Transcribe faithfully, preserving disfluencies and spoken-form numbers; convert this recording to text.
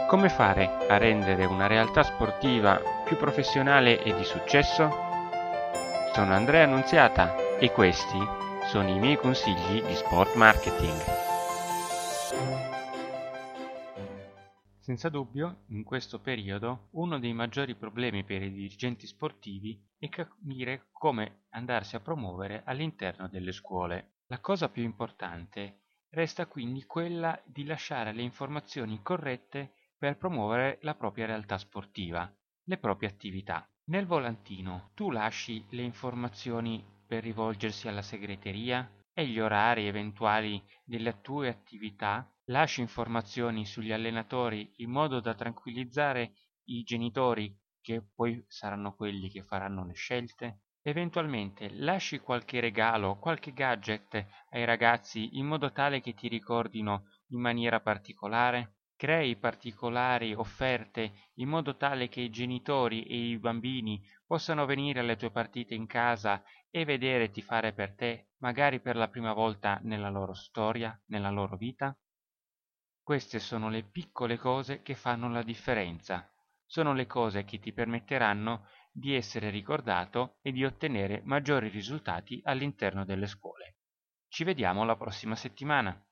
Come fare a rendere una realtà sportiva più professionale e di successo? Sono Andrea Annunziata e questi sono i miei consigli di sport marketing. Senza dubbio, in questo periodo, uno dei maggiori problemi per i dirigenti sportivi è capire come andarsi a promuovere all'interno delle scuole. La cosa più importante resta quindi quella di lasciare le informazioni corrette per promuovere la propria realtà sportiva, le proprie attività. Nel volantino tu lasci le informazioni per rivolgersi alla segreteria e gli orari eventuali delle tue attività, lasci informazioni sugli allenatori in modo da tranquillizzare i genitori che poi saranno quelli che faranno le scelte. Eventualmente lasci qualche regalo, qualche gadget ai ragazzi in modo tale che ti ricordino in maniera particolare. Crei particolari offerte in modo tale che i genitori e i bambini possano venire alle tue partite in casa e vedere tifare per te, magari per la prima volta nella loro storia, nella loro vita. Queste sono le piccole cose che fanno la differenza. Sono le cose che ti permetteranno di essere ricordato e di ottenere maggiori risultati all'interno delle scuole. Ci vediamo la prossima settimana.